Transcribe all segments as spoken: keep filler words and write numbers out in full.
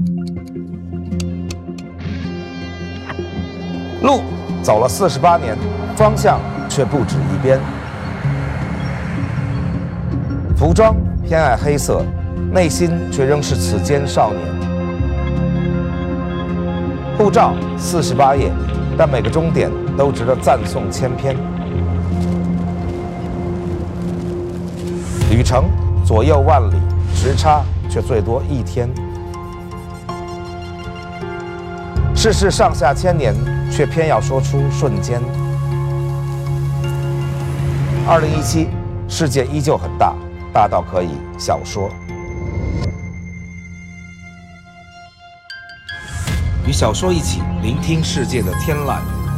路走了四十八年，方向却不止一边。服装偏爱黑色，内心却仍是此间少年。护照四十八页，但每个终点都值得赞颂千篇。旅程左右万里，时差却最多一天。世事上下千年，却偏要说出瞬间。二零一七，世界依旧很大，大到可以小说。与小说一起聆听世界的天籁。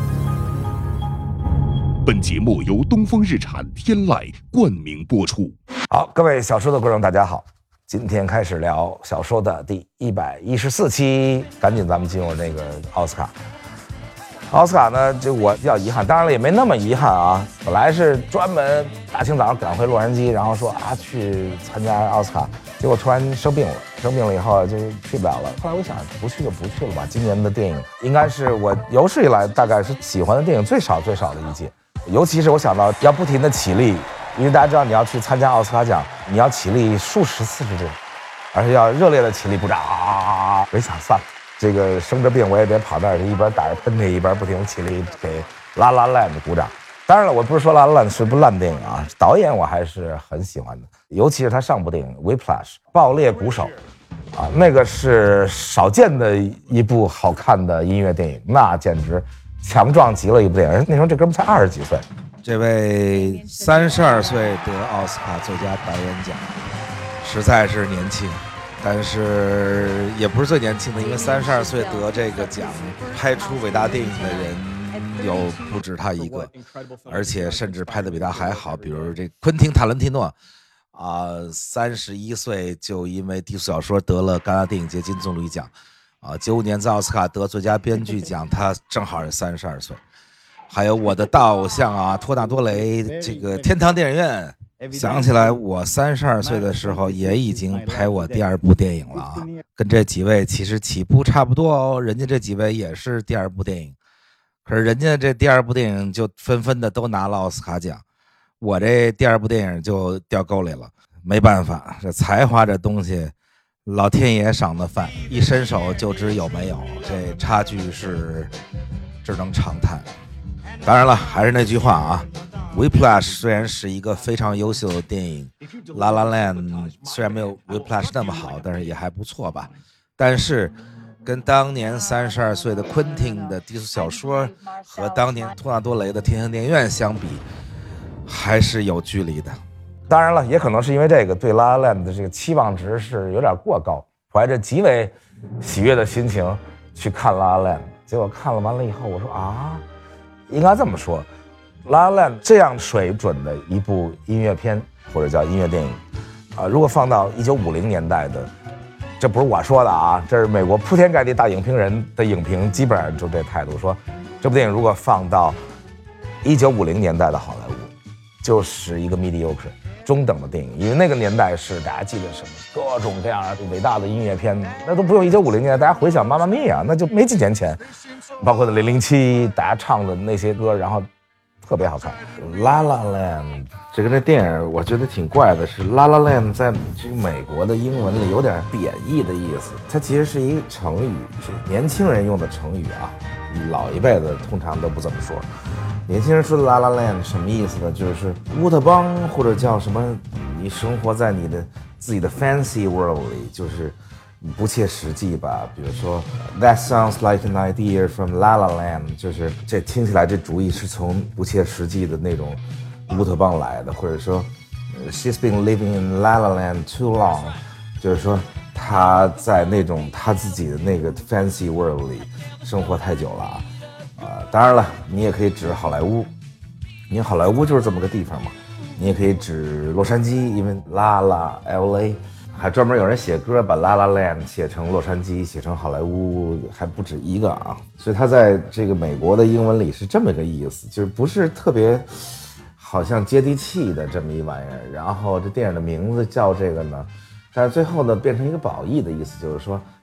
本节目由东风日产天籁冠名播出。 好，各位小说的观众，大家好。今天开始聊小说的第一百一十四期，赶紧咱们进入那个奥斯卡。奥斯卡呢，这我比较遗憾，当然了也没那么遗憾啊。本来是专门大清早上赶回洛杉矶，然后说啊去参加奥斯卡，结果突然生病了，生病了以后就去不了了。后来我想不去就不去了吧。今年的电影应该是我有史以来大概是喜欢的电影最少最少的一届，尤其是我想到要不停的起立。因为大家知道你要去参加奥斯卡奖，你要起立数十次之久，而且要热烈的起立鼓掌。啊！没想算了，这个生着病我也别跑那儿一边打着喷嚏一边不停地起立给拉拉烂的鼓掌。当然了，我不是说拉拉烂是部烂电影啊，导演我还是很喜欢的，尤其是他上部电影《Whiplash》爆裂鼓手啊，那个是少见的一部好看的音乐电影，那简直强壮极了一部电影。那时候这哥们才二十几岁。 这位三十二岁得奥斯卡最佳导演奖，实在是年轻，但是也不是最年轻的，因为三十二岁得这个奖，拍出伟大电影的人有不止他一个，而且甚至拍的比他还好，比如这昆汀·塔伦蒂诺，啊，三十一岁就因为低俗小说得了戛纳电影节金棕榈奖，啊，九五年在奥斯卡得最佳编剧奖，他正好是三十二岁。还有我的大偶像啊，托纳多雷，这个天堂电影院，想起来我三十二岁的时候也已经拍我第二部电影了啊，跟这几位其实起步差不多哦，人家这几位也是第二部电影，可是人家这第二部电影就纷纷的都拿了奥斯卡奖，我这第二部电影就掉沟里了，没办法，这才华这东西，老天爷赏的饭，一伸手就知有没有，这差距是只能长叹。当然了，还是那句话啊 Whiplash 虽然是一个非常优秀的电影， La La Land 虽然没有 Whiplash 那么好，但是也还不错吧。但是跟当年三十二岁的昆汀的低俗小说和当年托纳多雷的天堂电影院相比，还是有距离的。 当然了，也可能是因为这个对 La La Land 的这个期望值是有点过高，怀着极为喜悦的心情去看 La La Land， 结果看了完了以后，我说啊，应该这么说， La La Land 这样水准的一部音乐片或者叫音乐电影啊，如果放到一九五零年代的，这不是我说的啊，这是美国铺天盖地大影评人的影评，基本上就这态度，说这部电影如果放到一九五零年代的好莱坞，就是一个 mediocre 中等的电影，因为那个年代是大家记得什么各种各样的伟大的音乐片，那都不用一九五零年代，大家回想妈妈咪呀，那就没几年前，包括零零七大家唱的那些歌，然后特别好看。La La Land 这个这电影我觉得挺怪的，是 La La Land 在这个美国的英文里有点贬义的意思，它其实是一个成语，是年轻人用的成语啊，老一辈的通常都不这么说。年轻人说的 La La Land 什么意思呢？就是乌托邦，或者叫什么，你生活在你的自己的 fancy world 里，就是不切实际吧。比如说 That sounds like an idea from La La Land， 就是这听起来这主意是从不切实际的那种乌托邦来的，或者说 She's been living in La La Land too long， 就是说她在那种她自己的那个 fancy world 里生活太久了啊。呃，当然了，你也可以指好莱坞，因为好莱坞就是这么个地方嘛。你也可以指洛杉矶，因为拉拉 L A， 还专门有人写歌把 La La Land 写成洛杉矶，写成好莱坞，还不止一个啊。所以它在这个美国的英文里是这么个意思，就是不是特别好像接地气的这么一玩意儿。然后这电影的名字叫这个呢，但是最后呢变成一个褒义的意思，就是说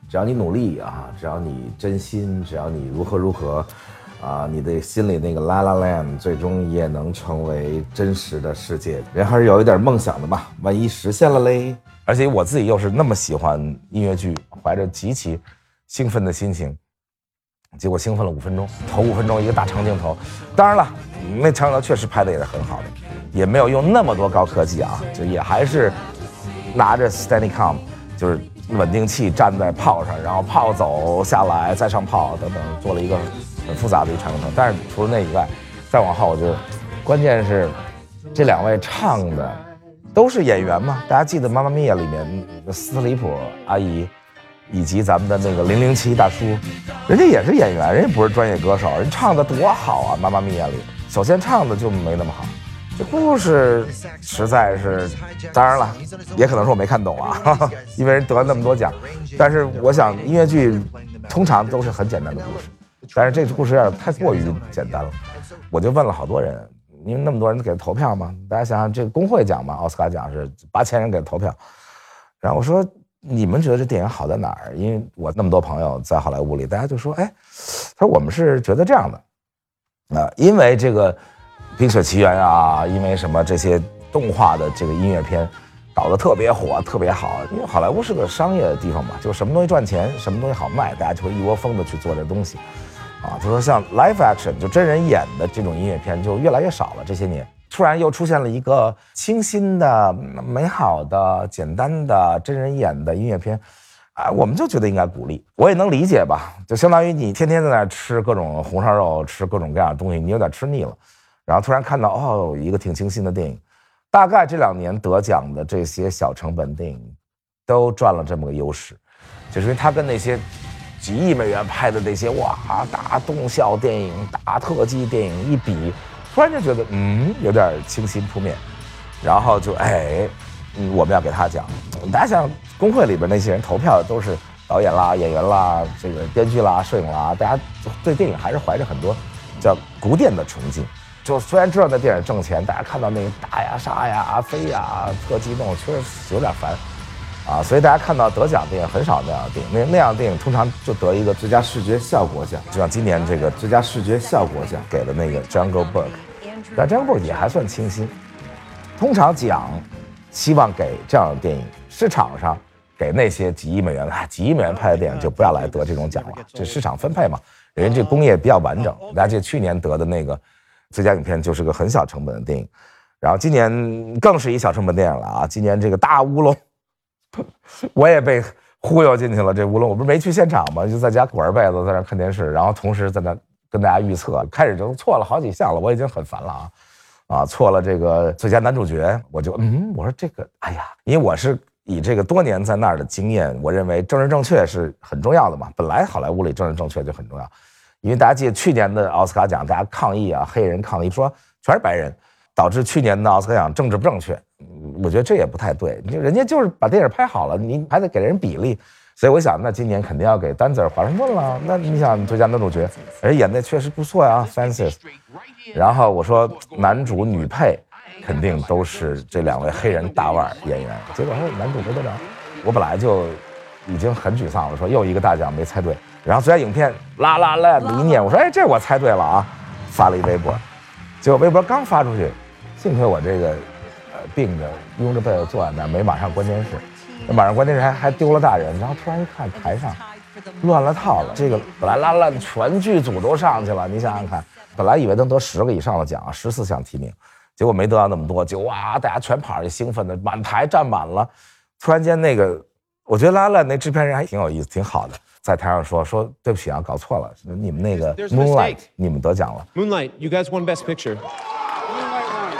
只要你努力啊，只要你真心，只要你如何如何，啊，你的心里那个 La La Land 最终也能成为真实的世界。人还是有一点梦想的嘛，万一实现了嘞。而且我自己又是那么喜欢音乐剧，怀着极其兴奋的心情，结果兴奋了五分钟，头五分钟一个大长镜头。当然了，那长镜头确实拍的也是很好的，也没有用那么多高科技啊，就也还是拿着 Steadicam， 就是稳定器站在炮上，然后炮走下来再上炮等等，做了一个很复杂的一长镜头。但是除了那以外，再往后我就，关键是这两位唱的都是演员嘛，大家记得《妈妈咪呀》里面斯特里普阿姨，以及咱们的那个零零七大叔，人家也是演员，人家不是专业歌手，人唱的多好啊！《妈妈咪呀》里，首先唱的就没那么好。这故事实在是，当然了，也可能是我没看懂啊，呵呵，因为人得了那么多奖。但是我想，音乐剧通常都是很简单的故事，但是这个故事有点太过于简单了。我就问了好多人，因为那么多人给投票嘛，大家想想，这个工会奖嘛，奥斯卡奖是八千人给投票，然后我说你们觉得这电影好在哪儿？因为我那么多朋友在好莱坞里，大家就说，哎，他说我们是觉得这样的，啊、呃，因为这个。冰雪奇缘啊，因为什么这些动画的这个音乐片搞得特别火特别好，因为好莱坞是个商业的地方嘛，就什么东西赚钱什么东西好卖，大家就会一窝蜂的去做这东西啊。他说像 live action 就真人演的这种音乐片就越来越少了，这些年突然又出现了一个清新的美好的简单的真人演的音乐片啊，我们就觉得应该鼓励。我也能理解吧，就相当于你天天在那吃各种红烧肉吃各种各样的东西，你有点吃腻了，然后突然看到哦，一个挺清新的电影。大概这两年得奖的这些小成本电影都赚了这么个优势，就是因为它跟那些几亿美元拍的那些哇大动效电影大特技电影一比，突然就觉得嗯有点清新扑面，然后就哎嗯我们要给他奖。大家想工会里边那些人投票的都是导演啦演员啦这个编剧啦摄影啦，大家对电影还是怀着很多叫古典的崇敬。就虽然知道那电影挣钱，大家看到那个打呀杀呀飞呀特技那种确实有点烦啊，所以大家看到得奖电影很少那样的电影，那那样的电影通常就得一个最佳视觉效果奖，就像今年这个最佳视觉效果奖给了那个 Jungle Book， 但 Jungle Book 也还算清新。通常奖希望给这样的电影，市场上给那些几亿美元啊几亿美元拍的电影就不要来得这种奖了，这市场分配嘛，人家这工业比较完整。大家记得去年得的那个最佳影片就是个很小成本的电影，然后今年更是一小成本电影了啊！今年这个大乌龙，我也被忽悠进去了。这乌龙我不是没去现场嘛，就在家裹着被子在那看电视，然后同时在那跟大家预测，开始就错了好几项了，我已经很烦了啊！啊，错了这个最佳男主角，我就嗯，我说这个，哎呀，因为我是以这个多年在那儿的经验，我认为政治正确是很重要的嘛，本来好莱坞里政治正确就很重要。因为大家记得去年的奥斯卡奖，大家抗议啊，黑人抗议说全是白人，导致去年的奥斯卡奖政治不正确。我觉得这也不太对，你人家就是把电影拍好了，你还得给人比例。所以我想，那今年肯定要给丹泽尔华盛顿了。那你想最佳男主角，而且演的确实不错呀 ，Francis。然后我说男主女配肯定都是这两位黑人大腕演员。结果说男主得奖，我本来就已经很沮丧了，说又一个大奖没猜对。然后最佳影片《La La Land》一念，我说哎，这我猜对了啊，发了一微博，结果微博刚发出去，幸亏我这个呃病着拥着被子坐在那儿，没马上关电视，那马上关电视还还丢了大人，然后突然一看台上乱了套了，这个本来《La La Land》全剧组都上去了，你想想看，本来以为能得十个以上的奖，十四项提名，结果没得到那么多，就哇大家全跑上去兴奋的满台站满了，突然间那个我觉得《La La Land》那制片人还挺有意思，挺好的。在台上说说对不起啊，搞错了，你们那个 Moonlight 你们得奖了。 Moonlight, you guys won Best Picture. Moonlight won.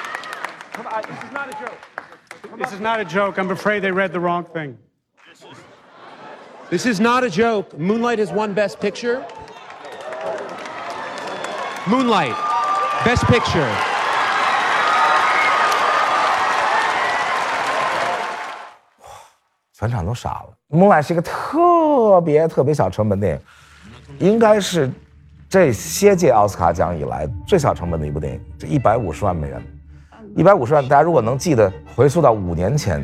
Come on, this is not a joke. This is not a joke. I'm afraid they read the wrong thing. This is not a joke. Moonlight has won Best Picture. Moonlight, Best Picture. 全场都傻了。Moonlight 是一个特别特别小成本电影，应该是这些届奥斯卡奖以来最小成本的一部电影，这一百五十万美元。一百五十万，大家如果能记得，回溯到五年前，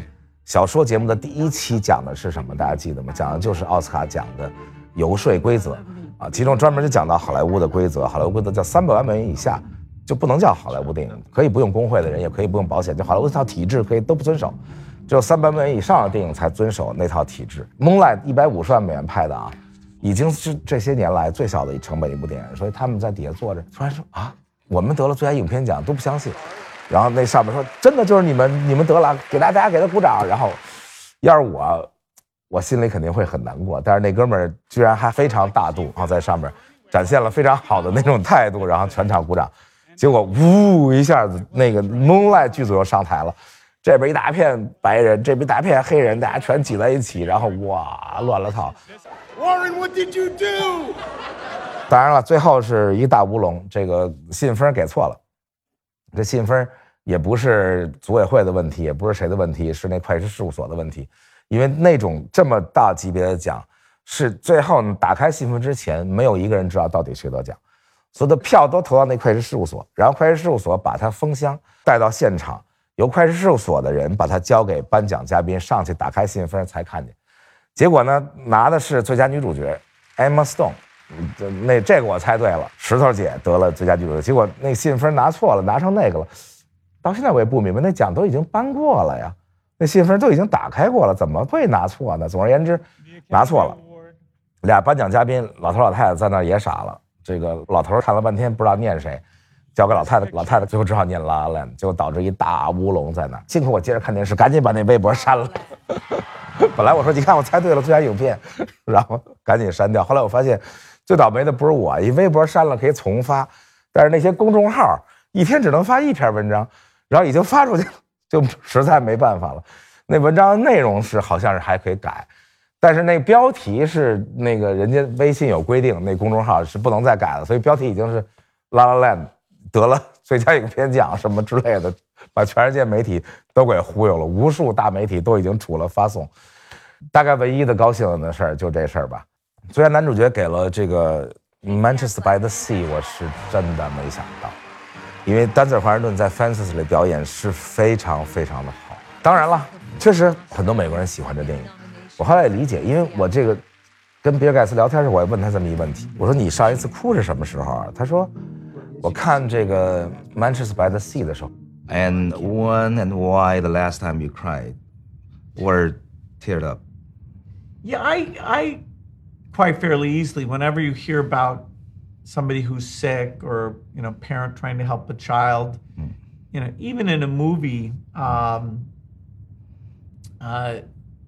小说节目的第一期讲的是什么？大家记得吗？讲的就是奥斯卡奖的游说规则啊，其中专门就讲到好莱坞的规则，好莱坞规则叫三百万美元以下就不能叫好莱坞电影，可以不用工会的人，也可以不用保险，就好莱坞这套体制可以都不遵守，只有三百万美元以上的电影才遵守那套体制。Moonlight 一百五十万美元拍的啊，已经是这些年来最小的成本一部电影，所以他们在底下坐着，突然说啊，我们得了最佳影片奖，都不相信。然后那上面说真的就是你们你们得了，给大家给他鼓掌。然后要是我我心里肯定会很难过，但是那哥们儿居然还非常大度，然后在上面展现了非常好的那种态度，然后全场鼓掌。结果呜一下子那个 Moonlight 剧组又上台了，这边一大片白人，这边一大片黑人，大家全挤在一起，然后哇乱了套。 Warren, what did you do? 当然了，最后是一大乌龙，这个信封给错了。这信封也不是组委会的问题，也不是谁的问题，是那会计师事务所的问题。因为那种这么大级别的奖，是最后打开信封之前，没有一个人知道到底谁得奖，所有的票都投到那会计师事务所，然后会计师事务所把它封箱带到现场，由会计师事务所的人把它交给颁奖嘉宾，上去打开信封才看见。结果呢，拿的是最佳女主角 Emma Stone。那这个我猜对了，石头姐得了最佳女主角，结果那信封拿错了，拿成那个了。到现在我也不明白，那奖都已经颁过了呀，那信封都已经打开过了，怎么会拿错呢？总而言之，拿错了。俩颁奖嘉宾老头老太太在那也傻了，这个老头看了半天不知道念谁，交给老太太，老太太最后只好念 La La Land， 结果导致一大乌龙在那。幸亏我接着看电视，赶紧把那微博删了。本来我说你看我猜对了最佳影片，然后赶紧删掉。后来我发现最倒霉的不是我，一微博删了可以重发，但是那些公众号一天只能发一篇文章，然后已经发出去了，就实在没办法了。那文章的内容是好像是还可以改，但是那标题是那个人家微信有规定，那公众号是不能再改了，所以标题已经是 La La Land 得了最佳影片奖什么之类的，把全世界媒体都给忽悠了，无数大媒体都已经出了发送。大概唯一的高兴的事儿就这事儿吧。最佳男主角给了这个 Manchester by the Sea， 我是真的没想到，因为丹泽尔·华盛顿在 Fences 里表演是非常非常的好。当然了，确实很多美国人喜欢这电影，我后来也理解，因为我这个跟比尔盖茨聊天时，我也问他这么一个问题，我说你上一次哭是什么时候啊？他说我看这个 Manchester by the Sea 的时候。 And when and why the last time you cried or teared up? Yeah, I, I quite fairly easily, whenever you hear about somebody who's sick or, you know, parent trying to help a child, mm. you know, even in a movie, um, uh,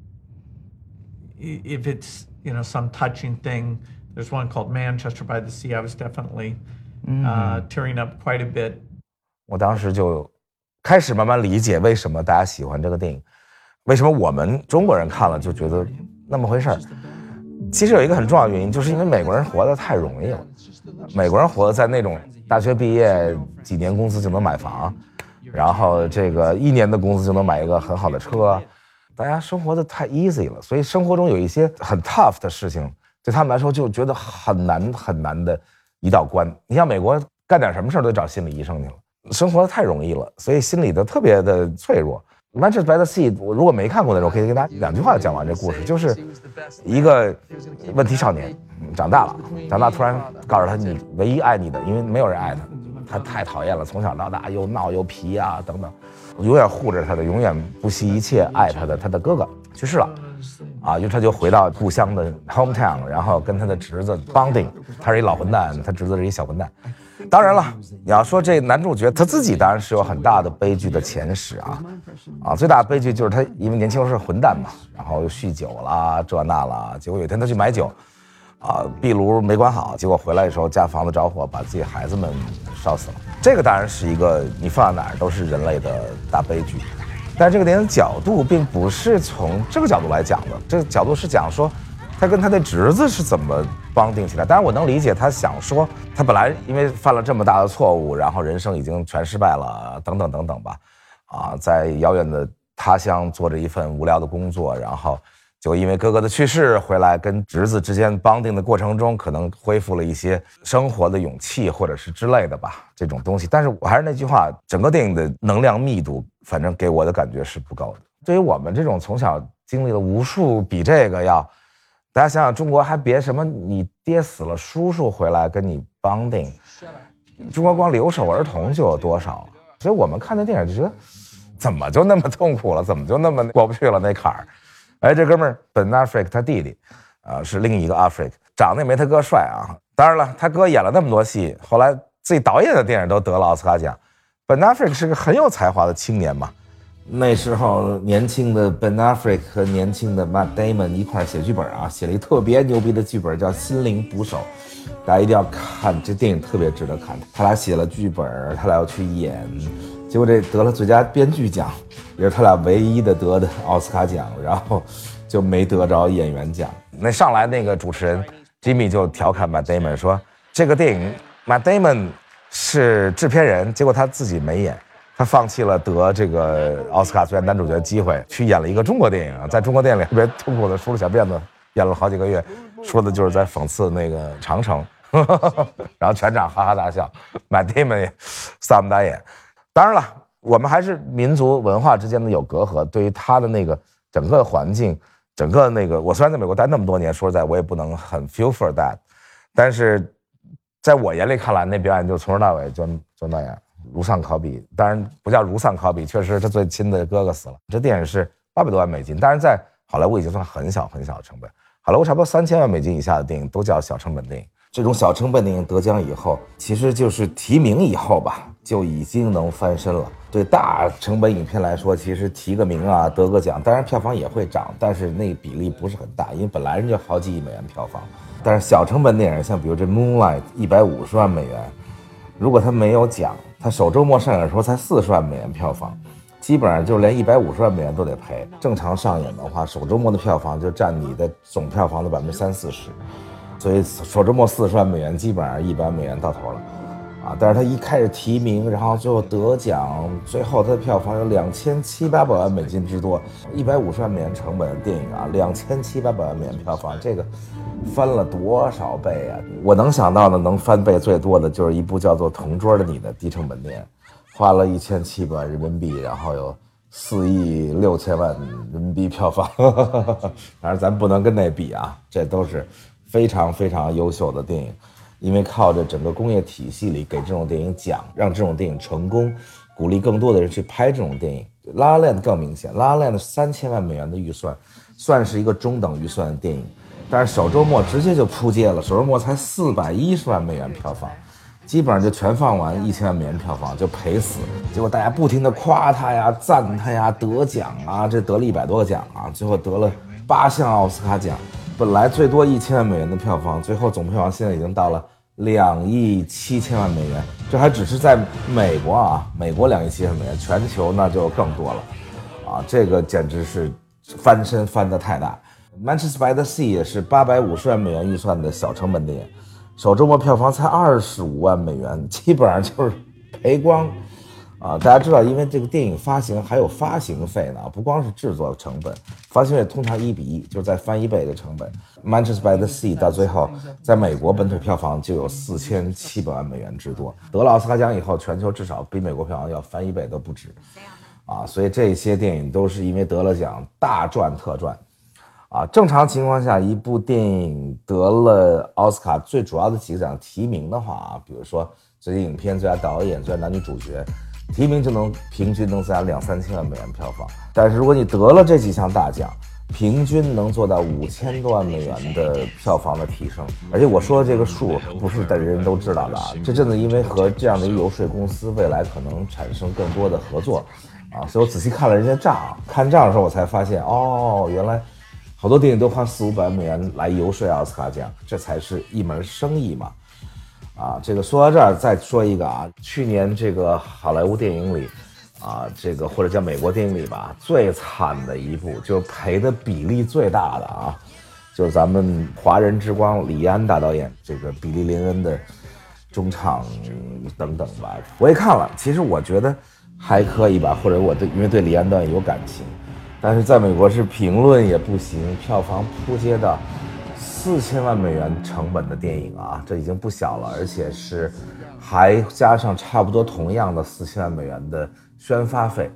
if it's, you know, some touching thing, there's one called Manchester by the Sea. I was definitely mm. uh, tearing up quite a bit. 我当时就开始慢慢理解为什么大家喜欢这个电影，为什么我们中国人看了就觉得那么回事儿。其实有一个很重要的原因，就是因为美国人活得太容易了。美国人活得在那种大学毕业几年工资就能买房，然后这个一年的工资就能买一个很好的车，大家生活的太 easy 了，所以生活中有一些很 tough 的事情，对他们来说就觉得很难很难的一道关。你像美国干点什么事都得找心理医生去了。生活的太容易了，所以心里的特别的脆弱。Manchester by the Sea， 我如果没看过的人，我可以跟大家两句话讲完这故事，就是一个问题少年长大了，长大突然告诉他你唯一爱你的，因为没有人爱他，他太讨厌了，从小到大又闹又皮啊等等，永远护着他的，永远不惜一切爱他的他的哥哥去世了，啊，于是他就回到故乡的 hometown， 然后跟他的侄子 bonding， 他是一老混蛋，他侄子是一小混蛋。当然了，你要说这男主角他自己当然是有很大的悲剧的前史啊，啊，最大的悲剧就是他因为年轻时候是混蛋嘛，然后又酗酒啦这那啦，结果有一天他去买酒，啊，壁炉没关好，结果回来的时候家房子着火，把自己孩子们烧死了。这个当然是一个你放在哪儿都是人类的大悲剧，但是这个电影角度并不是从这个角度来讲的，这个角度是讲说他跟他的侄子是怎么绑定起来。当然我能理解他想说他本来因为犯了这么大的错误，然后人生已经全失败了等等等等吧，啊，在遥远的他乡做着一份无聊的工作，然后就因为哥哥的去世回来跟侄子之间绑定的过程中，可能恢复了一些生活的勇气或者是之类的吧，这种东西。但是我还是那句话，整个电影的能量密度反正给我的感觉是不高的。 对于我们这种从小经历了无数比这个要，大家想想，中国还别什么你爹死了，叔叔回来跟你 bonding， 中国光留守儿童就有多少，所以我们看那电影就觉得怎么就那么痛苦了，怎么就那么过不去了那坎儿。哎，这哥们儿本阿弗雷克他弟弟，啊、呃、是另一个阿弗雷克，长得也没他哥帅啊。当然了，他哥演了那么多戏，后来自己导演的电影都得了奥斯卡奖。本阿弗雷克是个很有才华的青年嘛。那时候年轻的 Ben Affleck 和年轻的 Matt Damon 一块写剧本啊，写了一特别牛逼的剧本叫《心灵捕手》，大家一定要看，这电影特别值得看。他俩写了剧本，他俩要去演，结果这得了最佳编剧奖，也是他俩唯一的得的奥斯卡奖，然后就没得着演员奖。那上来那个主持人 Jimmy 就调侃 Matt Damon 说，这个电影 Matt Damon 是制片人，结果他自己没演。他放弃了得这个奥斯卡最佳男主角的机会，去演了一个中国电影，在中国电影里特别痛苦的梳了小辫子，演了好几个月，说的就是在讽刺那个长城，然后全场哈哈大笑，Matt Damon也撒不打眼。当然了，我们还是民族文化之间的有隔阂，对于他的那个整个环境，整个那个，我虽然在美国待那么多年，说实在我也不能很 feel for that， 但是在我眼里看来，那表演就从头到尾就就那样。如丧考妣，当然不叫如丧考妣，确实他最亲的哥哥死了。这电影是八百多万美金，当然在好莱坞已经算很小很小的成本。好莱坞差不多三千万美金以下的电影都叫小成本电影。这种小成本电影得奖以后，其实就是提名以后吧，就已经能翻身了。对大成本影片来说，其实提个名啊，得个奖，当然票房也会涨，但是那比例不是很大，因为本来人就好几亿美元票房。但是小成本电影，像比如这 Moonlight 一百五十万美元，如果他没有奖，他首周末上映的时候才四十万美元票房，基本上就是连一百五十万美元都得赔。正常上映的话，首周末的票房就占你的总票房的百分之三四十，所以首周末四十万美元基本上一百美元到头了，啊！但是他一开始提名，然后最后得奖，最后他的票房有两千七八百万美金之多，一百五十万美元成本的电影啊，两千七八百万美元票房，这个翻了多少倍啊！我能想到的能翻倍最多的就是一部叫做《同桌的你》的低成本电影，花了一千七百万人民币，然后有四亿六千万人民币票房。当然咱不能跟那比啊，这都是非常非常优秀的电影，因为靠着整个工业体系里给这种电影奖，让这种电影成功，鼓励更多的人去拍这种电影。La La Land 更明显， La La Land 三千万美元的预算，算是一个中等预算的电影。但是首周末直接就扑街了，首周末才四百一十万美元票房，基本上就全放完一千万美元票房就赔死。结果大家不停的夸他呀、赞他呀、得奖啊，这得了一百多个奖啊，最后得了八项奥斯卡奖。本来最多一千万美元的票房，最后总票房现在已经到了两亿七千万美元，这还只是在美国啊，美国两亿七千万美元，全球那就更多了，啊，这个简直是翻身翻得太大。Manchester by the Sea 也是八百五十万美元预算的小成本电影，首周末票房才二十五万美元，基本上就是赔光。啊，大家知道，因为这个电影发行还有发行费呢，不光是制作成本，发行费通常一比一，就是再翻一倍的成本。Manchester by the Sea 到最后在美国本土票房就有四千七百万美元之多，得了奥斯卡奖以后，全球至少比美国票房要翻一倍都不止。啊，所以这些电影都是因为得了奖大赚特赚。啊，正常情况下，一部电影得了奥斯卡最主要的几个奖提名的话啊，比如说最佳影片、最佳导演、最佳男女主角，提名就能平均能增加两三千万美元票房。但是如果你得了这几项大奖，平均能做到五千多万美元的票房的提升。而且我说的这个数不是人人都知道的啊，这阵子因为和这样的一个游说公司未来可能产生更多的合作啊，所以我仔细看了人家账，看账的时候我才发现，哦，原来好多电影都花四五百美元来游说奥斯卡奖，这才是一门生意嘛。啊，这个说到这儿，再说一个啊，去年这个好莱坞电影里，啊，这个或者叫美国电影里吧，最惨的一部，就是赔的比例最大的啊，就是咱们华人之光李安大导演这个比利林恩的中场等等吧，我也看了，其实我觉得还可以吧，或者我对因为对李安导演有感情。但是在美国是评论也不行，票房扑街的四千万美元成本的电影啊，这已经不小了，而且是还加上差不多同样的四千万美元的宣发费，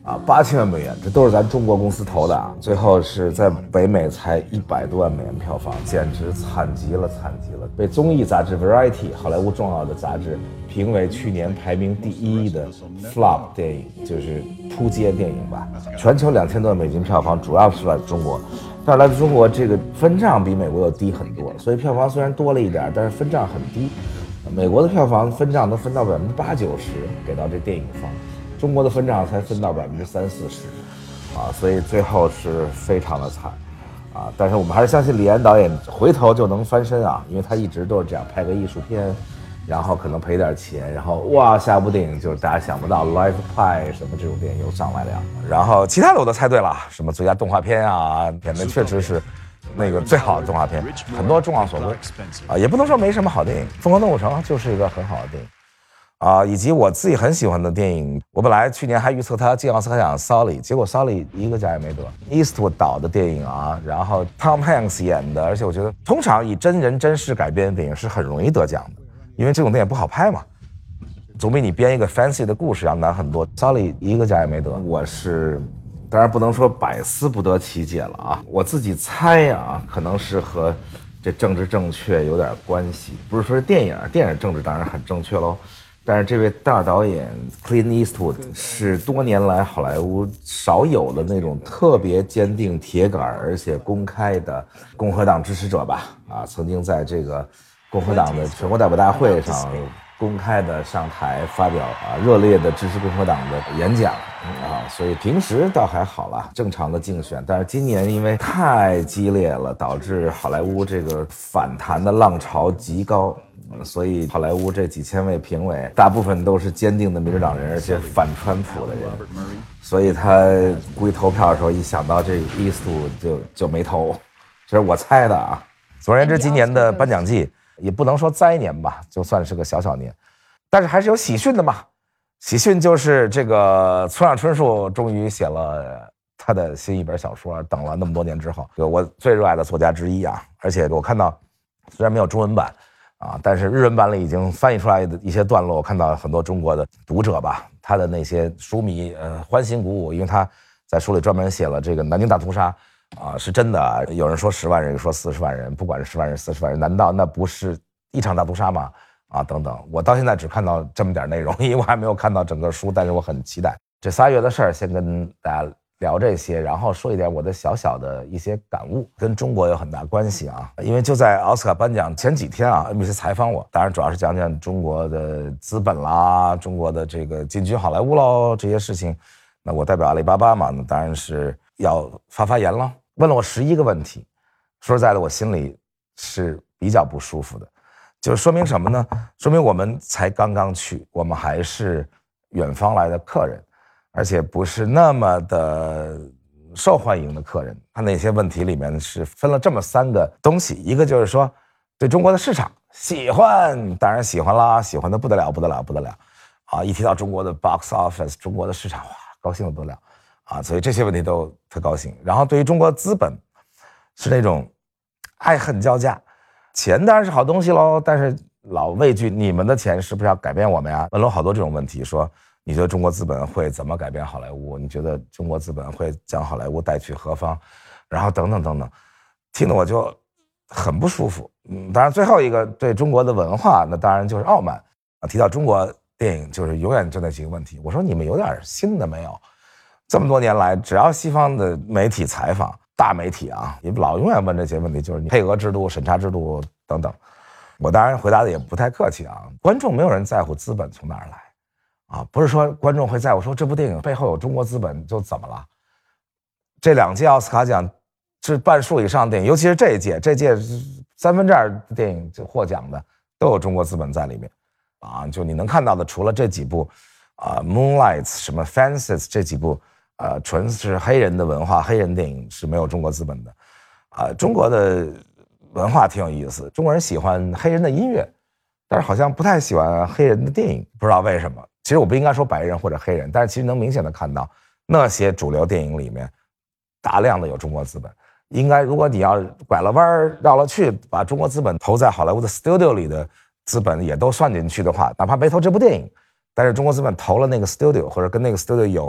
啊，八千万美元，这都是咱中国公司投的啊。最后是在北美才一百多万美元票房，简直惨极了，惨极了。被综艺杂志 Variety 好莱坞重要的杂志评为去年排名第一的 flop 电影，就是扑街电影吧。全球两千多万美金票房，主要是来自中国，但是来自中国这个分账比美国要低很多，所以票房虽然多了一点，但是分账很低。美国的票房分账都分到百分之八九十给到这电影方。中国的分账才分到百分之三四十，啊，所以最后是非常的惨，啊，但是我们还是相信李安导演回头就能翻身啊，因为他一直都是这样，拍个艺术片，然后可能赔点钱，然后哇，下部电影就是大家想不到 Life Pie 什么这种电影又上来了，然后其他的我都猜对了，什么最佳动画片啊，片子确实是那个最好的动画片，很多众望所归，啊，也不能说没什么好电影，《疯狂动物城》就是一个很好的电影。啊，以及我自己很喜欢的电影，我本来去年还预测他进奥斯卡奖 Sully， 结果 Sully 一个奖也没得。Eastwood 导的电影啊，然后 Tom Hanks 演的，而且我觉得通常以真人真事改编的电影是很容易得奖的，因为这种电影不好拍嘛，总比你编一个 fancy 的故事要难很多。Sully 一个奖也没得，我是当然不能说百思不得其解了啊，我自己猜啊，可能是和这政治正确有点关系，不是说是电影，电影政治当然很正确喽。但是这位大导演 Clint Eastwood 是多年来好莱坞少有的那种特别坚定铁杆而且公开的共和党支持者吧，啊，曾经在这个共和党的全国代表大会上公开的上台发表啊热烈的支持共和党的演讲啊，所以平时倒还好了，正常的竞选。但是今年因为太激烈了，导致好莱坞这个反弹的浪潮极高。所以好莱坞这几千位评委大部分都是坚定的民主党人，而且反川普的人，所以他估计投票的时候一想到这伊斯图就就没投，这是我猜的啊。总而言之，今年的颁奖季也不能说灾年吧，就算是个小小年，但是还是有喜讯的嘛。喜讯就是这个村上春树终于写了他的新一本小说，等了那么多年之后，我最热爱的作家之一啊，而且我看到虽然没有中文版啊，但是日文版里已经翻译出来的一些段落，我看到很多中国的读者吧，他的那些书迷呃欢欣鼓舞，因为他在书里专门写了这个南京大屠杀啊，是真的，有人说十万人，有人说四十万人，不管是十万人四十万人，难道那不是一场大屠杀吗？啊，等等，我到现在只看到这么点内容，因为我还没有看到整个书，但是我很期待这仨月的事儿，先跟大家聊这些，然后说一点我的小小的一些感悟，跟中国有很大关系啊。因为就在奥斯卡颁奖前几天啊 ，N B C 采访我，当然主要是讲讲中国的资本啦，中国的这个进军好莱坞喽这些事情。那我代表阿里巴巴嘛，那当然是要发发言了。问了我十一个问题，说实在的，我心里是比较不舒服的。就是说明什么呢？说明我们才刚刚去，我们还是远方来的客人。而且不是那么的受欢迎的客人，他那些问题里面是分了这么三个东西，一个就是说对中国的市场喜欢，当然喜欢啦，喜欢的不得了不得了不得了啊！一提到中国的 box office， 中国的市场，哇，高兴的不得了啊！所以这些问题都特高兴。然后对于中国资本是那种爱恨交加，钱当然是好东西喽，但是老畏惧你们的钱是不是要改变我们呀？问了好多这种问题，说你觉得中国资本会怎么改变好莱坞？你觉得中国资本会将好莱坞带去何方？然后等等等等，听得我就很不舒服。嗯，当然最后一个对中国的文化，那当然就是傲慢啊。提到中国电影，就是永远就那几个问题。我说你们有点新的没有？这么多年来，只要西方的媒体采访，大媒体啊，也老永远问这些问题，就是你配额制度、审查制度等等。我当然回答的也不太客气啊。观众没有人在乎资本从哪儿来。啊，不是说观众会在乎说这部电影背后有中国资本就怎么了？这两届奥斯卡奖是半数以上的电影，尤其是这一届，这届三分之二电影就获奖的都有中国资本在里面，啊，就你能看到的，除了这几部，啊 ，Moonlight 什么 Fences 这几部，呃，纯是黑人的文化，黑人电影是没有中国资本的，啊，中国的文化挺有意思，中国人喜欢黑人的音乐，但是好像不太喜欢黑人的电影，不知道为什么。其实我不应该说白人或者黑人，但是其实能明显的看到那些主流电影里面大量的有中国资本。应该如果你要拐了弯绕了去，把中国资本投在好莱坞的 studio 里的资本也都算进去的话，哪怕没投这部电影，但是中国资本投了那个 studio 或者跟那个 studio 有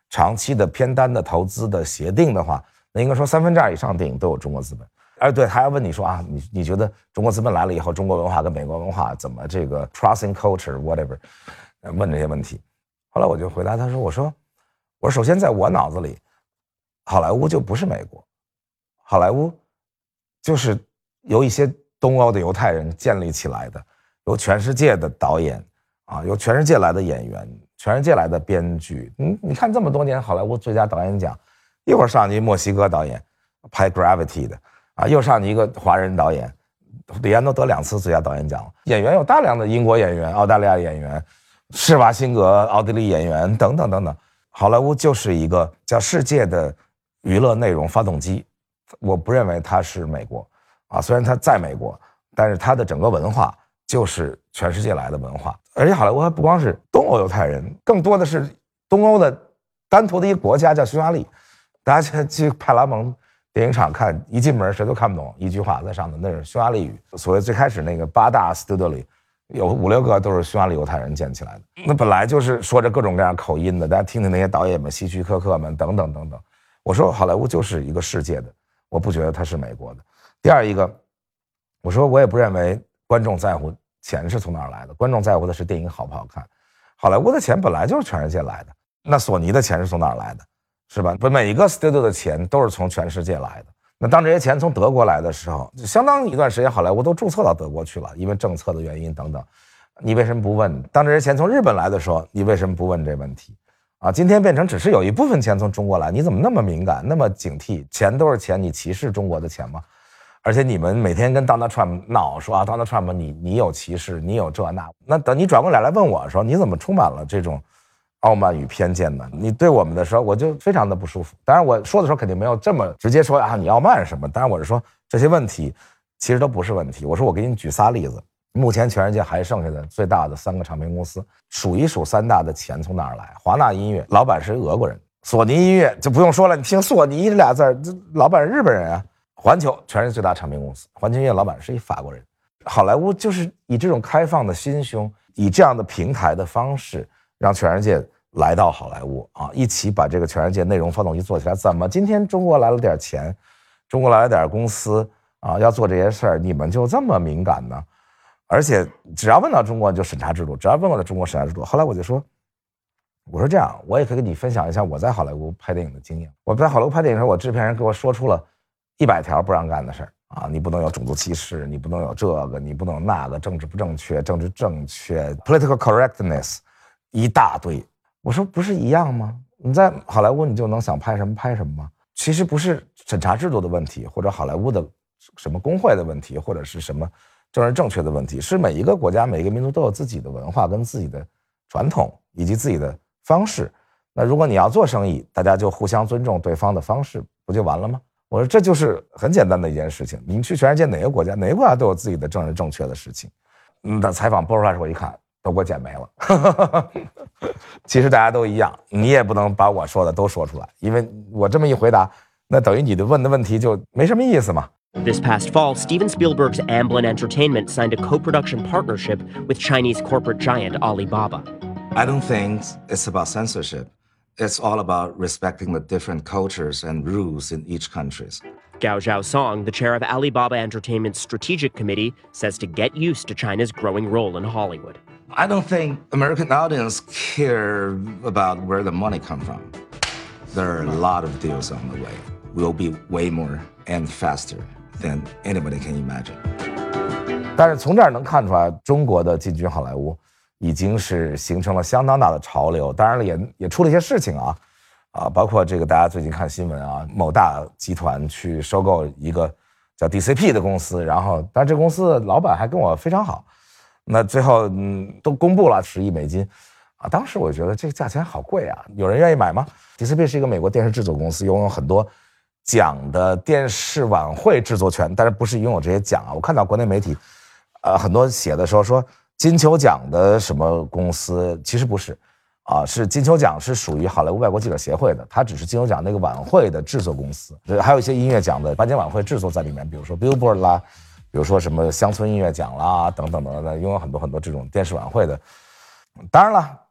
长期的偏单的投资的协定的话，那应该说三分之二以上电影都有中国资本。哎，对，还要问你说啊，你你觉得中国资本来了以后，中国文化跟美国文化怎么这个 crossing culture whatever， 问这些问题。后来我就回答他说，我说我说首先在我脑子里，好莱坞就不是美国，好莱坞就是由一些东欧的犹太人建立起来的，由全世界的导演啊，由全世界来的演员，全世界来的编剧。嗯，你看这么多年好莱坞最佳导演奖，一会儿上去墨西哥导演拍 Gravity 的。啊，又上一个华人导演，李安都得两次最佳导演奖了。演员有大量的英国演员、澳大利亚演员、施瓦辛格、奥地利演员等等等等。好莱坞就是一个叫世界的娱乐内容发动机。我不认为它是美国啊，虽然它在美国，但是它的整个文化就是全世界来的文化。而且好莱坞还不光是东欧犹太人，更多的是东欧的单独的一个国家叫匈牙利。大家去派拉蒙电影厂看，一进门谁都看不懂一句话在上头，那是匈牙利语。所谓最开始那个八大 studio 里有五六个都是匈牙利犹太人建起来的，那本来就是说着各种各样口音的，大家听听那些导演们、希区柯克们等等等等。我说好莱坞就是一个世界的，我不觉得它是美国的。第二一个，我说我也不认为观众在乎钱是从哪儿来的，观众在乎的是电影好不好看。好莱坞的钱本来就是全世界来的，那索尼的钱是从哪儿来的？是吧？不，每一个 studio 的钱都是从全世界来的。那当这些钱从德国来的时候，相当一段时间好莱坞都注册到德国去了，因为政策的原因等等。你为什么不问？当这些钱从日本来的时候，你为什么不问这问题？啊，今天变成只是有一部分钱从中国来，你怎么那么敏感，那么警惕？钱都是钱，你歧视中国的钱吗？而且你们每天跟 Donald Trump 闹说啊 ，Donald Trump 你你有歧视，你有这那。那等你转过脸来问我的时候，你怎么充满了这种傲慢与偏见呢？你对我们的时候，我就非常的不舒服。当然我说的时候肯定没有这么直接说啊，你傲慢什么。当然我是说这些问题其实都不是问题。我说我给你举仨例子，目前全世界还剩下的最大的三个唱片公司，数一数三大的钱从哪儿来？华纳音乐老板是俄国人，索尼音乐就不用说了，你听索尼这俩字儿，老板是日本人啊。环球全是最大唱片公司，环球音乐老板是一法国人。好莱坞就是以这种开放的心胸，以这样的平台的方式，让全世界来到好莱坞啊，一起把这个全世界内容发动机做起来。怎么今天中国来了点钱，中国来了点公司啊，要做这些事儿，你们就这么敏感呢？而且只要问到中国就审查制度，只要问到中国审查制度。后来我就说，我说这样，我也可以跟你分享一下我在好莱坞拍电影的经验。我在好莱坞拍电影的时候，我制片人给我说出了一百条不让干的事儿啊！你不能有种族歧视，你不能有这个，你不能有那个，政治不正确，政治正确 ，political correctness， 一大堆。我说不是一样吗？你在好莱坞你就能想拍什么拍什么吗？其实不是审查制度的问题，或者好莱坞的什么工会的问题，或者是什么政治正确的问题，是每一个国家、每一个民族都有自己的文化跟自己的传统以及自己的方式。那如果你要做生意，大家就互相尊重对方的方式，不就完了吗？我说这就是很简单的一件事情。你去全世界哪个国家，哪个国家都有自己的政治正确的事情。嗯，那采访播出来的时候，我一看都给我剪没了。其实大家都一样，你也不能把我说的都说出来，因为我这么一回答，那等于你的问的问题就没什么意思嘛。 This past fall, Steven Spielberg's Amblin Entertainment signed a co-production partnership with Chinese corporate giant Alibaba. I don't think it's about censorship.It's all about respecting the different cultures and rules in each country. Gao Zhaosong, the chair of Alibaba Entertainment's strategic committee, says to get used to China's growing role in Hollywood. I don't think American audience care about where the money comes from. There are a lot of deals on the way. We'll be way more and faster than anybody can imagine. 但是从这儿能看出来，中国的进军好莱坞已经是形成了相当大的潮流，当然了也也出了一些事情啊，啊，包括这个大家最近看新闻啊，某大集团去收购一个叫 D C P 的公司，然后但这公司的老板还跟我非常好，那最后嗯都公布了十亿美金，啊，当时我觉得这个价钱好贵啊，有人愿意买吗 ？D C P 是一个美国电视制作公司，拥有很多奖的电视晚会制作权，但是不是拥有这些奖啊？我看到国内媒体，呃，很多写的时候说。金球奖的什么公司其实不是，啊，是金球奖是属于好莱坞外国记者协会的，它只是金球奖那个晚会的制作公司，还有一些音乐奖的颁奖晚会制作在里面，比如说 Billboard 啦，比如说什么乡村音乐奖啦，等等等等，拥有很多很多这种电视晚会的。当然了，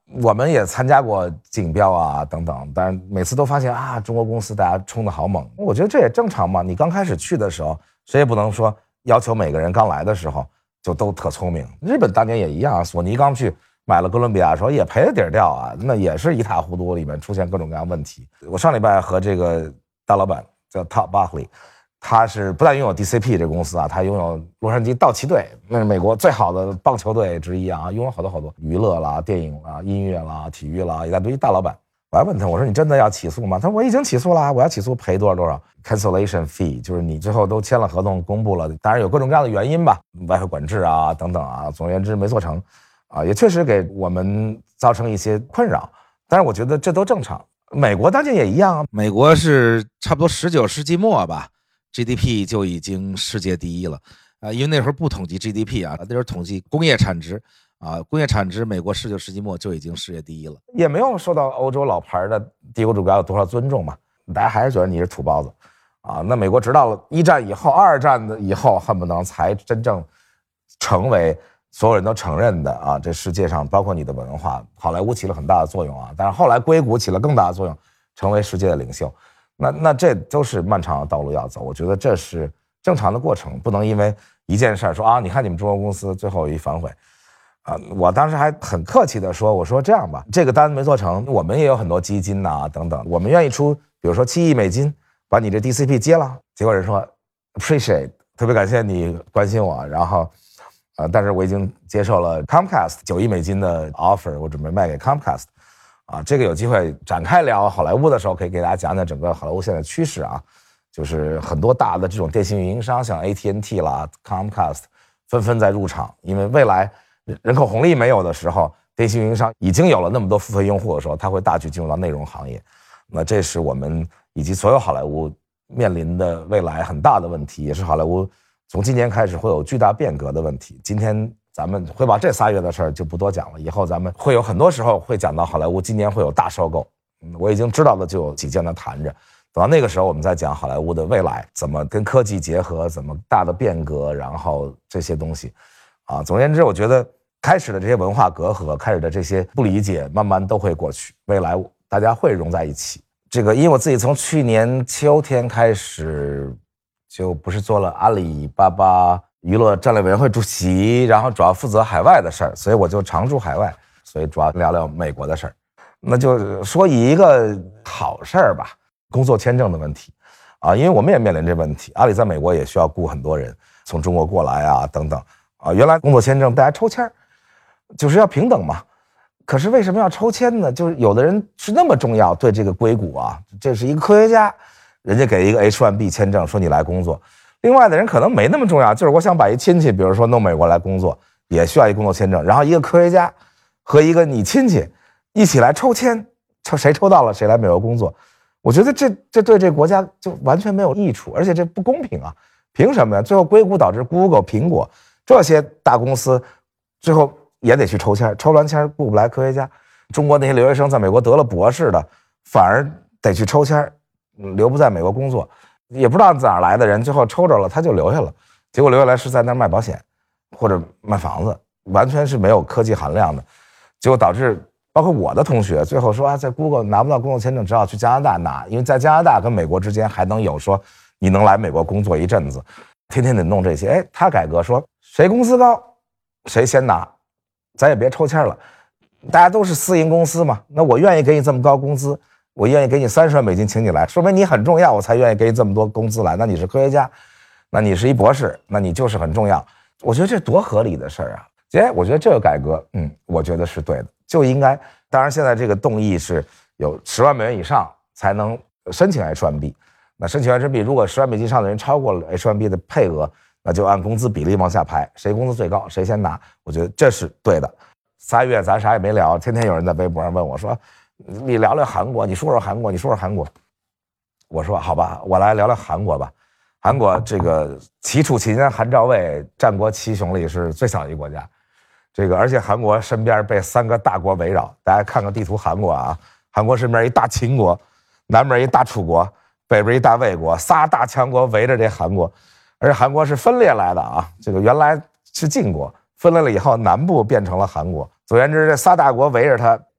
我们也参加过竞标啊等等，但是每次都发现啊，中国公司大家冲得好猛。我觉得这也正常嘛。你刚开始去的时候，谁也不能说要求每个人刚来的时候就都特聪明。日本当年也一样，索尼刚去买了哥伦比亚的时候也赔了底儿掉啊，那也是一塌糊涂，里面出现各种各样问题。我上礼拜和这个大老板叫 Todd Buckley， 他是不但拥有 D C P 这个公司啊，他拥有洛杉矶道奇队，那是美国最好的棒球队之一啊，拥有好多好多娱乐啦、电影啦、音乐啦、体育啦一大堆大老板。我还问他，我说你真的要起诉吗？他说我已经起诉了，我要起诉赔多少多少 cancellation fee， 就是你最后都签了合同公布了，当然有各种各样的原因吧，外汇管制啊等等啊，总而言之没做成啊，也确实给我们造成一些困扰，但是我觉得这都正常。美国当年也一样啊， 美国是差不多十九世纪末吧 ，G D P 就已经世界第一了啊，因为那时候不统计 G D P 啊，那时候统计工业产值啊，工业产值美国十九世纪末就已经世界第一了， 也没有受到欧洲老牌的帝国主义有多少尊重嘛，大家还是觉得你是土包子啊。那美国直到了一战以后、二战的以后，恨不得才真正成为所有人都承认的啊，这世界上包括你的文化，好莱坞起了很大的作用啊，但是后来硅谷起了更大的作用，成为世界的领袖。那那这都是漫长的道路要走，我觉得这是正常的过程，不能因为一件事说啊，你看你们中国公司最后一反悔啊，我当时还很客气的说，我说这样吧，这个单没做成，我们也有很多基金呐、啊、等等，我们愿意出，比如说七亿美金把你这 D C P 接了。结果人说 appreciate， 特别感谢你关心我，然后。呃，但是我已经接受了 Comcast 九亿美金的 offer， 我准备卖给 Comcast， 啊，这个有机会展开聊好莱坞的时候，可以给大家讲讲整个好莱坞现在的趋势啊，就是很多大的这种电信运营商，像 A T and T 啦、Comcast 纷纷在入场，因为未来人口红利没有的时候，电信运营商已经有了那么多付费用户的时候，它会大举进入到内容行业，那这是我们以及所有好莱坞面临的未来很大的问题，也是好莱坞。从今年开始会有巨大变革的问题。今天咱们会把这仨月的事儿就不多讲了，以后咱们会有很多时候会讲到好莱坞今年会有大收购，我已经知道的就有几件的谈着，等到那个时候我们再讲好莱坞的未来怎么跟科技结合，怎么大的变革，然后这些东西啊。总而言之，我觉得开始的这些文化隔阂，开始的这些不理解，慢慢都会过去，未来大家会融在一起。这个因为我自己从去年秋天开始。就不是做了阿里巴巴娱乐战略委员会主席，然后主要负责海外的事儿，所以我就常驻海外，所以主要聊聊美国的事儿。那就说一个好事儿吧，工作签证的问题啊，因为我们也面临这问题，阿里在美国也需要雇很多人从中国过来啊等等啊。原来工作签证大家抽签就是要平等嘛，可是为什么要抽签呢？就是有的人是那么重要，对这个硅谷啊，这是一个科学家。人家给一个 H 一 B 签证，说你来工作。另外的人可能没那么重要，就是我想把一亲戚，比如说弄美国来工作，也需要一工作签证。然后一个科学家和一个你亲戚一起来抽签，抽谁抽到了谁来美国工作。我觉得这这对这国家就完全没有益处，而且这不公平啊！凭什么呀？最后硅谷导致 Google、苹果这些大公司最后也得去抽签，抽完签雇不来科学家。中国那些留学生在美国得了博士的，反而得去抽签。留不在美国工作，也不知道在哪来的人，最后抽着了他就留下了，结果留下来是在那儿卖保险或者卖房子，完全是没有科技含量的，结果导致包括我的同学最后说啊，在 Google 拿不到工作签证，只好去加拿大拿，因为在加拿大跟美国之间还能有说你能来美国工作一阵子，天天得弄这些。哎，他改革说谁工资高谁先拿，咱也别抽签了，大家都是私营公司嘛，那我愿意给你这么高工资。我愿意给你三十万美金请你来，说明你很重要，我才愿意给你这么多工资来。那你是科学家，那你是一博士，那你就是很重要。我觉得这多合理的事儿啊！哎，我觉得这个改革，嗯，我觉得是对的，就应该。当然，现在这个动议是有十万美元以上才能申请 H 一 B。那申请 H 一 B， 如果十万美金以上的人超过了 H 一 B 的配额，那就按工资比例往下排，谁工资最高谁先拿。我觉得这是对的。仨月咱啥也没聊，天天有人在微博上问我说。你聊聊韩国，你说说韩国，你说说韩国。我说好吧，我来聊聊韩国吧。韩国这个齐楚秦韩赵魏战国七雄里是最小一个国家，这个而且韩国身边被三个大国围绕。大家看看地图，韩国啊，韩国身边一大秦国，南边一大楚国，北边一大魏国，仨大强国围着这韩国，而且韩国是分裂来的啊，这个原来是晋国，分裂了以后南部变成了韩国。总而言之，这仨大国围着它。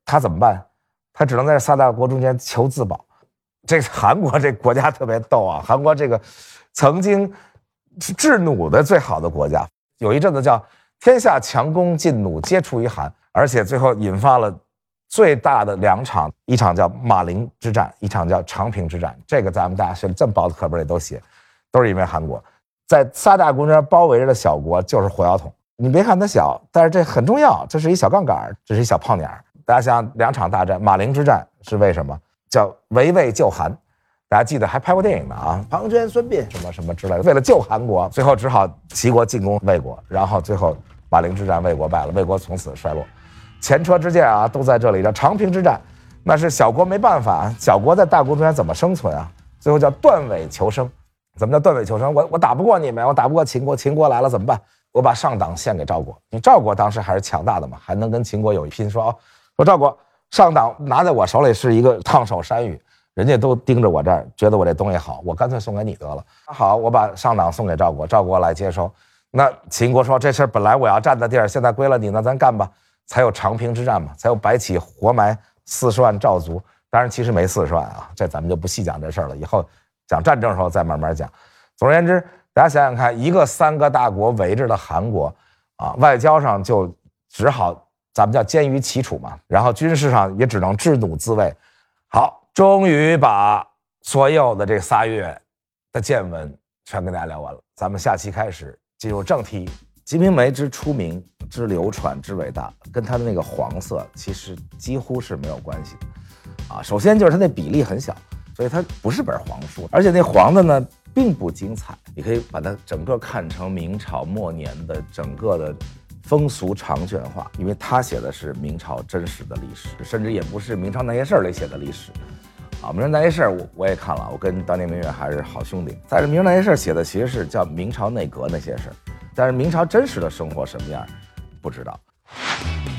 他怎么办？他只能在仨大国中间求自保。这韩国这国家特别逗啊，韩国这个曾经是制弩的最好的国家，有一阵子叫天下强弓劲弩皆出于韩，而且最后引发了最大的两场，一场叫马陵之战，一场叫长平之战。这个咱们大家学这么薄的课本里都写，都是因为韩国在仨大国中间包围着的小国就是火药桶。你别看它小，但是这很重要，这是一小杠杆，这是一小炮鸟。大家想想两场大战，马陵之战是为什么？叫围魏救韩，大家记得还拍过电影呢啊，庞涓、孙膑什么什么之类的。为了救韩国，最后只好齐国进攻魏国，然后最后马陵之战魏国败了，魏国从此衰落。前车之鉴啊，都在这里。叫长平之战，那是小国没办法，小国在大国中间怎么生存啊？最后叫断尾求生。怎么叫断尾求生？我我打不过你们，我打不过秦国，秦国来了怎么办？我把上党献给赵国。你赵国当时还是强大的嘛，还能跟秦国有一拼，说哦，说赵国上党拿在我手里是一个烫手山芋，人家都盯着我这儿，觉得我这东西好，我干脆送给你得了。好，我把上党送给赵国，赵国来接收。那秦国说这事儿本来我要占的地儿，现在归了你，那咱干吧。才有长平之战嘛，才有白起活埋四十万赵族。当然其实没四十万啊，这咱们就不细讲这事儿了，以后讲战争的时候再慢慢讲。总而言之，大家想想看，一个三个大国围着的韩国啊，外交上就只好咱们叫坚于其处嘛，然后军事上也只能制弩自卫。好，终于把所有的这仨月的见闻全跟大家聊完了，咱们下期开始进入正题。《金瓶梅》之出名、之流传、之伟大，跟它的那个黄色其实几乎是没有关系的啊。首先就是它那比例很小，所以它不是本黄书，而且那黄的呢并不精彩。你可以把它整个看成明朝末年的整个的风俗长卷画，因为它写的是明朝真实的历史，甚至也不是明朝那些事儿里写的历史啊。明朝那些事儿我我也看了，我跟当年明月还是好兄弟。但是明朝那些事儿写的其实是叫明朝内阁那些事儿。但是明朝真实的生活什么样，不知道。